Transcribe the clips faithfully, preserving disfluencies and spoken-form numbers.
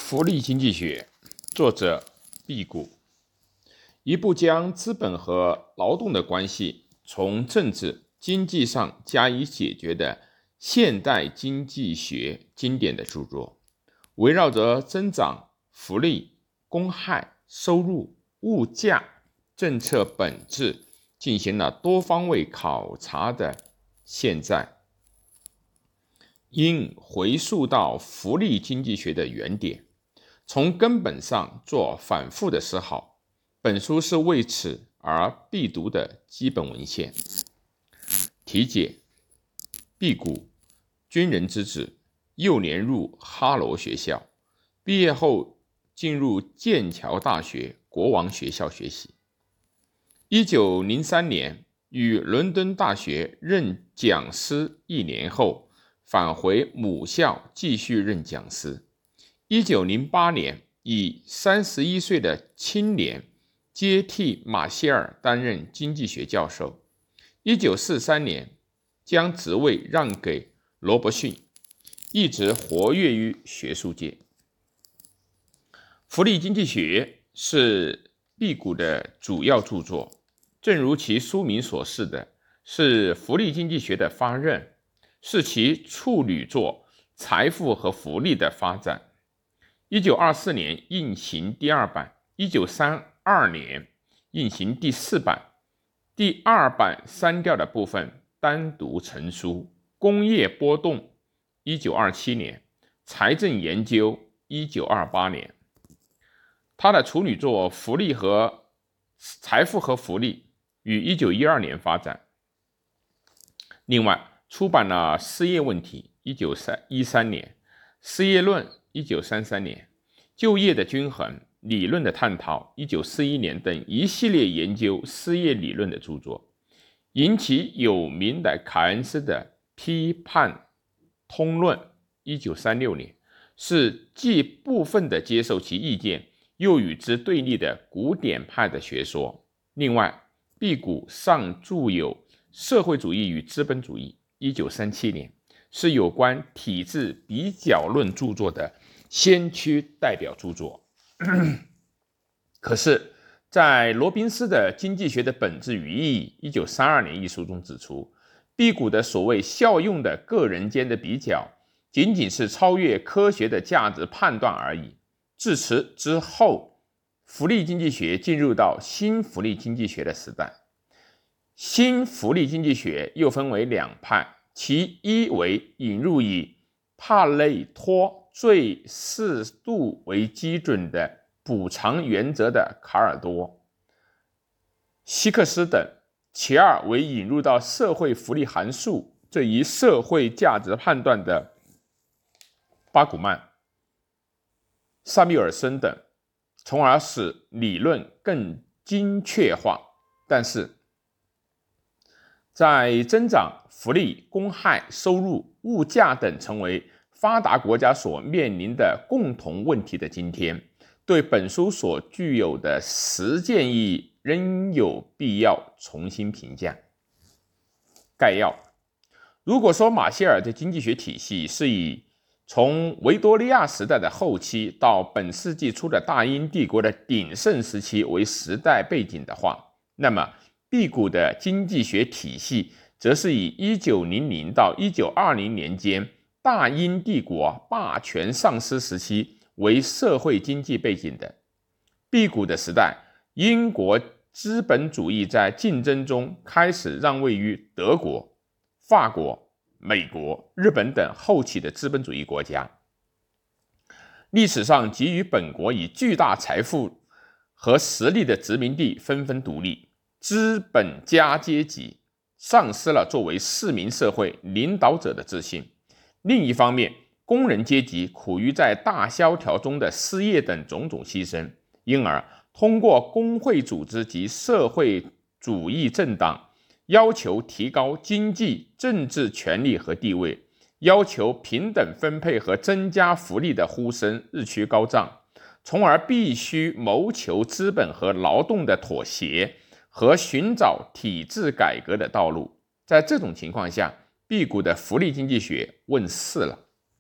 福利经济学，作者辟谷，一部将资本和劳动的关系从政治、经济上加以解决的现代经济学经典的著作，围绕着增长、福利、公害、收入、物价、政策本质进行了多方位考察的现在，应回溯到福利经济学的原点，从根本上做反复的思考。本书是为此而必读的基本文献。题解：辟谷，军人之子，幼年入哈罗学校，毕业后进入剑桥大学国王学校学习。一九零三年于伦敦大学任讲师一年后，返回母校继续任讲师。一九零八年，以三十一岁的青年接替马歇尔担任经济学教授。一九四三年，将职位让给罗伯逊，一直活跃于学术界。福利经济学是辟谷的主要著作，正如其书名所示的，是福利经济学的发轫，是其处女作《财富和福利的发展》。一九二四年印行第二版，一九三二年印行第四版，第二版删掉的部分单独成书。工业波动一九二七年，财政研究一九二八年。他的处女作《福利和财富和福利》于一九一二年发展。另外出版了《失业问题》一九一三年，《失业论》一九三三年，就业的均衡理论的探讨一九四一年等一系列研究失业理论的著作。引起有名的凯恩斯的批判通论一九三六年，是既部分的接受其意见，又与之对立的古典派的学说。另外辟谷尚著有《社会主义与资本主义》一九三七年，是有关体制比较论著作的先驱代表著作。可是在罗宾斯的《经济学的本质与意义》一九三二年一书中指出，辟谷的所谓效用的个人间的比较仅仅是超越科学的价值判断而已。自此之后，福利经济学进入到新福利经济学的时代。新福利经济学又分为两派，其一为引入以帕累托最适度为基准的补偿原则的卡尔多、希克斯等，其二为引入到社会福利函数这一社会价值判断的巴古曼、萨缪尔森等，从而使理论更精确化。但是在增长、福利、公害、收入、物价等成为发达国家所面临的共同问题的今天，对本书所具有的实践意义仍有必要重新评价。概要：如果说马歇尔的经济学体系是以从维多利亚时代的后期到本世纪初的大英帝国的鼎盛时期为时代背景的话，那么辟谷的经济学体系则是以一九零零到一九二零年间大英帝国霸权丧失时期为社会经济背景的。辟谷的时代，英国资本主义在竞争中开始让位于德国、法国、美国、日本等后起的资本主义国家。历史上给予本国以巨大财富和实力的殖民地纷纷独立，资本家阶级丧失了作为市民社会领导者的自信。另一方面，工人阶级苦于在大萧条中的失业等种种牺牲，因而通过工会组织及社会主义政党要求提高经济、政治权利和地位，要求平等分配和增加福利的呼声日趋高涨，从而必须谋求资本和劳动的妥协和寻找体制改革的道路。在这种情况下，辟谷的福利经济学问世了。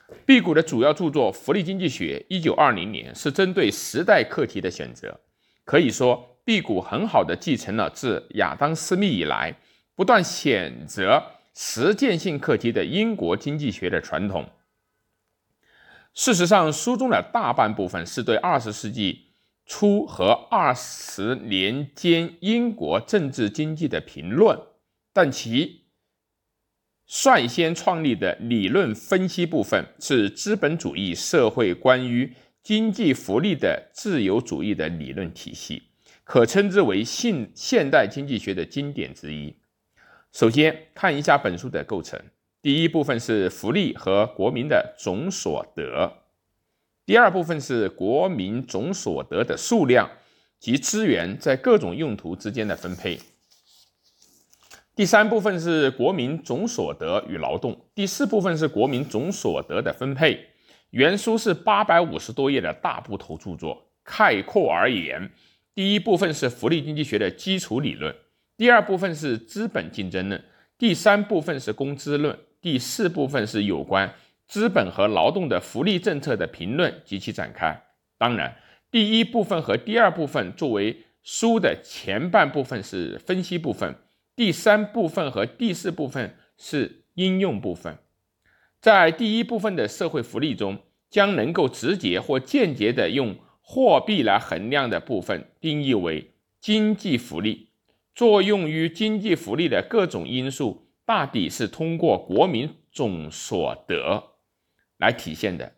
辟谷的主要著作《福利经济学》一九二零年是针对时代课题的选择，可以说辟谷很好地继承了自亚当·斯密以来不断选择实践性课题的英国经济学的传统。事实上，书中的大半部分是对二十世纪初和二十年间英国政治经济的评论，但其率先创立的理论分析部分是资本主义社会关于经济福利的自由主义的理论体系，可称之为现现代经济学的经典之一。首先看一下本书的构成，第一部分是福利和国民的总所得，第二部分是国民总所得的数量及资源在各种用途之间的分配，第三部分是国民总所得与劳动，第四部分是国民总所得的分配。原书是八百五十多页的大部头著作，概括而言，第一部分是福利经济学的基础理论，第二部分是资本竞争论，第三部分是工资论，第四部分是有关资本和劳动的福利政策的评论及其展开。当然，第一部分和第二部分作为书的前半部分是分析部分，第三部分和第四部分是应用部分。在第一部分的社会福利中，将能够直接或间接地用货币来衡量的部分定义为经济福利。作用于经济福利的各种因素大抵是通过国民总所得来体现的。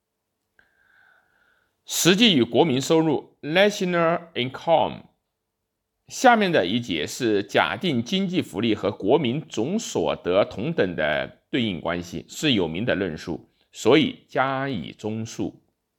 实际与国民收入 National Income。下面的一节是假定经济福利和国民总所得同等的对应关系，是有名的论述，所以加以综述。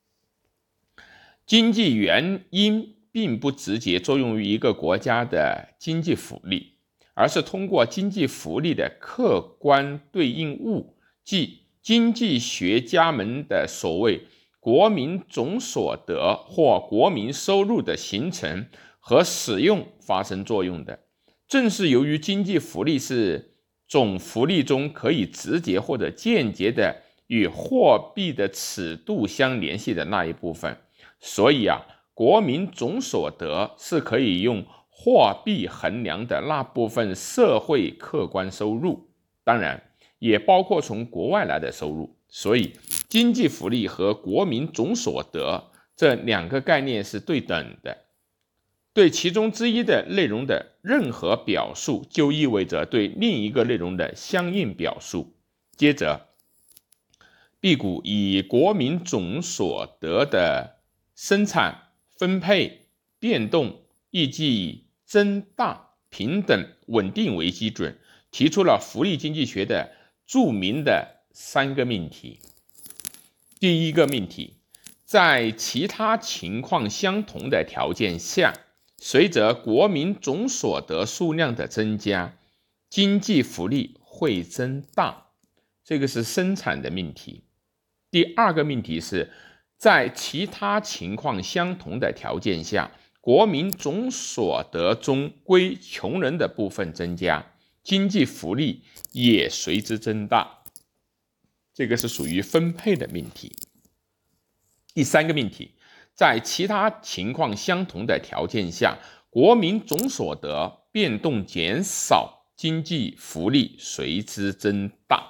经济原因并不直接作用于一个国家的经济福利，而是通过经济福利的客观对应物，即经济学家们的所谓国民总所得或国民收入的形成和使用发生作用的。正是由于经济福利是总福利中可以直接或者间接的与货币的尺度相联系的那一部分，所以啊，国民总所得是可以用货币衡量的那部分社会客观收入，当然也包括从国外来的收入。所以经济福利和国民总所得这两个概念是对等的，对其中之一的内容的任何表述就意味着对另一个内容的相应表述。接着，辟谷以国民总所得的生产、分配、变动以及增大、平等、稳定为基准，提出了福利经济学的著名的三个命题。第一个命题，在其他情况相同的条件下，随着国民总所得数量的增加，经济福利会增大，这个是生产的命题。第二个命题是在其他情况相同的条件下，国民总所得中归穷人的部分增加，经济福利也随之增大，这个是属于分配的命题。第三个命题，在其他情况相同的条件下，国民总所得变动减少，经济福利随之增大。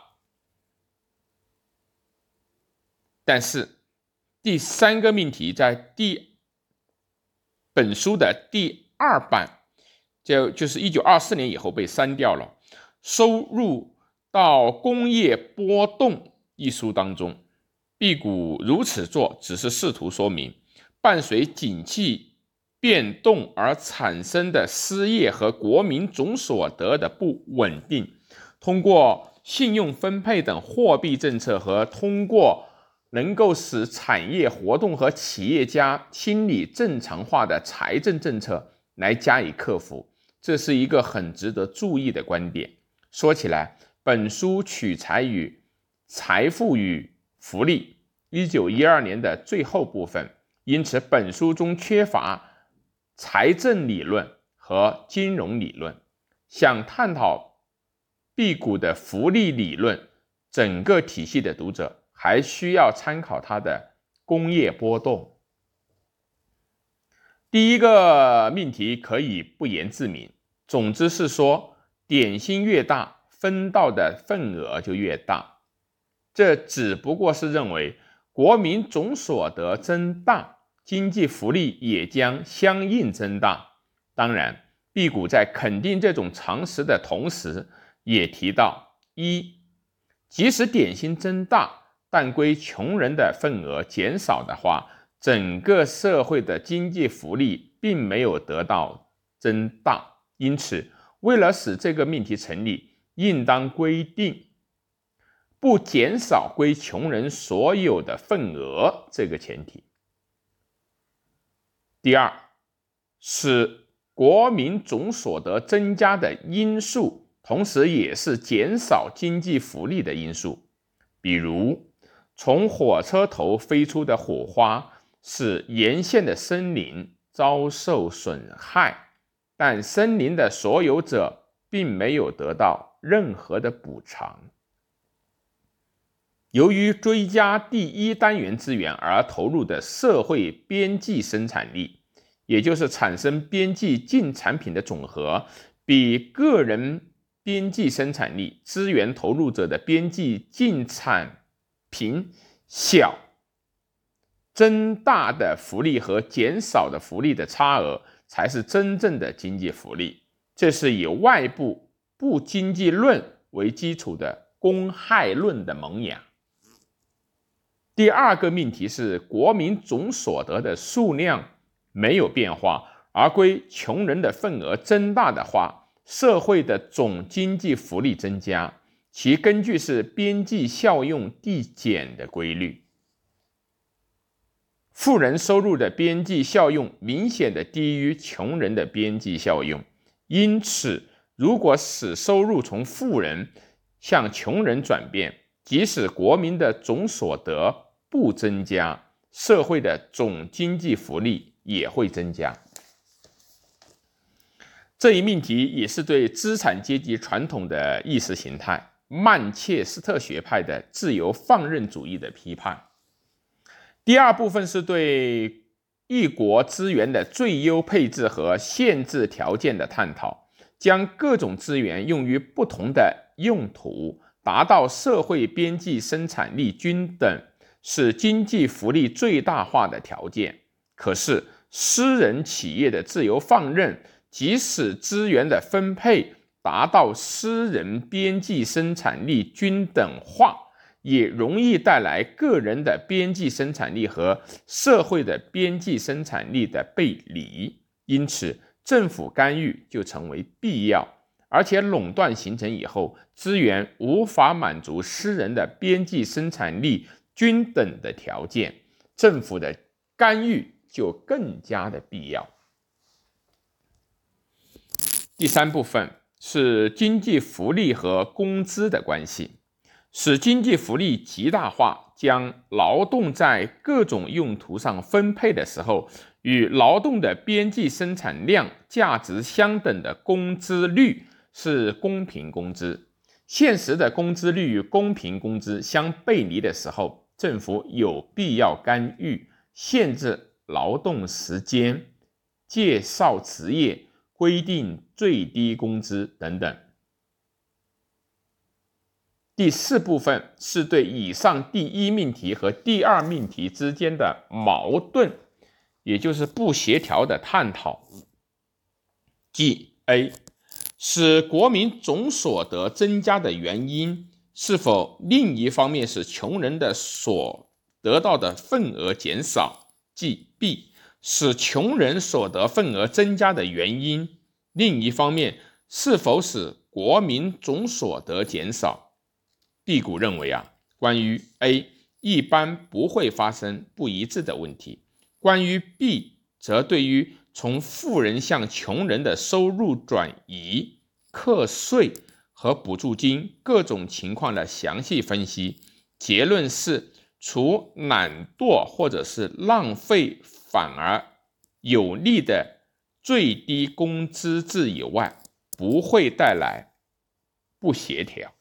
但是第三个命题在第本书的第二版，就就是一九二四年以后被删掉了，收入到工业波动一书当中。辟谷如此做只是试图说明，伴随景气变动而产生的失业和国民总所得的不稳定，通过信用分配等货币政策和通过能够使产业活动和企业家心理正常化的财政政策来加以克服，这是一个很值得注意的观点。说起来，本书取材于《财富与福利》一九一二年的最后部分，因此本书中缺乏财政理论和金融理论。想探讨辟谷的福利理论整个体系的读者， 还需要参考它的工业波动。第一个命题可以不言自明，总之是说，点薪越大，分到的份额就越大。这只不过是认为国民总所得增大，经济福利也将相应增大。当然，辟谷在肯定这种常识的同时，也提到：一，即使点薪增大，但归穷人的份额减少的话，整个社会的经济福利并没有得到增大。因此，为了使这个命题成立，应当规定不减少归穷人所有的份额这个前提。第二，使国民总所得增加的因素，同时也是减少经济福利的因素。比如，从火车头飞出的火花使沿线的森林遭受损害，但森林的所有者并没有得到任何的补偿。由于追加第一单元资源而投入的社会边际生产力，也就是产生边际净产品的总和，比个人边际生产力资源投入者的边际净产品小，增大的福利和减少的福利的差额才是真正的经济福利。这是以外部不经济论为基础的公害论的萌芽。第二个命题是国民总所得的数量没有变化，而归穷人的份额增大的话，社会的总经济福利增加，其根据是边际效用递减的规律。富人收入的边际效用明显的低于穷人的边际效用，因此，如果使收入从富人向穷人转变，即使国民的总所得不增加，社会的总经济福利也会增加。这一命题也是对资产阶级传统的意识形态曼彻斯特学派的自由放任主义的批判。第二部分是对一国资源的最优配置和限制条件的探讨，将各种资源用于不同的用途，达到社会边际生产力均等，是经济福利最大化的条件。可是，私人企业的自由放任，即使资源的分配达到私人边际生产力均等化，也容易带来个人的边际生产力和社会的边际生产力的背离。因此，政府干预就成为必要。而且垄断形成以后，资源无法满足私人的边际生产力均等的条件，政府的干预就更加的必要。第三部分是经济福利和工资的关系，使经济福利极大化，将劳动在各种用途上分配的时候，与劳动的边际生产量价值相等的工资率是公平工资。现实的工资率与公平工资相背离的时候，政府有必要干预，限制劳动时间，介绍职业，规定最低工资等等。第四部分是对以上第一命题和第二命题之间的矛盾，也就是不协调的探讨。即 A， 使国民总所得增加的原因，是否另一方面使穷人的所得到的份额减少？即 B， 使穷人所得份额增加的原因，另一方面是否使国民总所得减少？辟谷认为啊，关于 A 一般不会发生不一致的问题，关于 B 则对于从富人向穷人的收入转移、课税和补助金各种情况的详细分析，结论是除懒惰或者是浪费反而有利的最低工资制以外，不会带来不协调。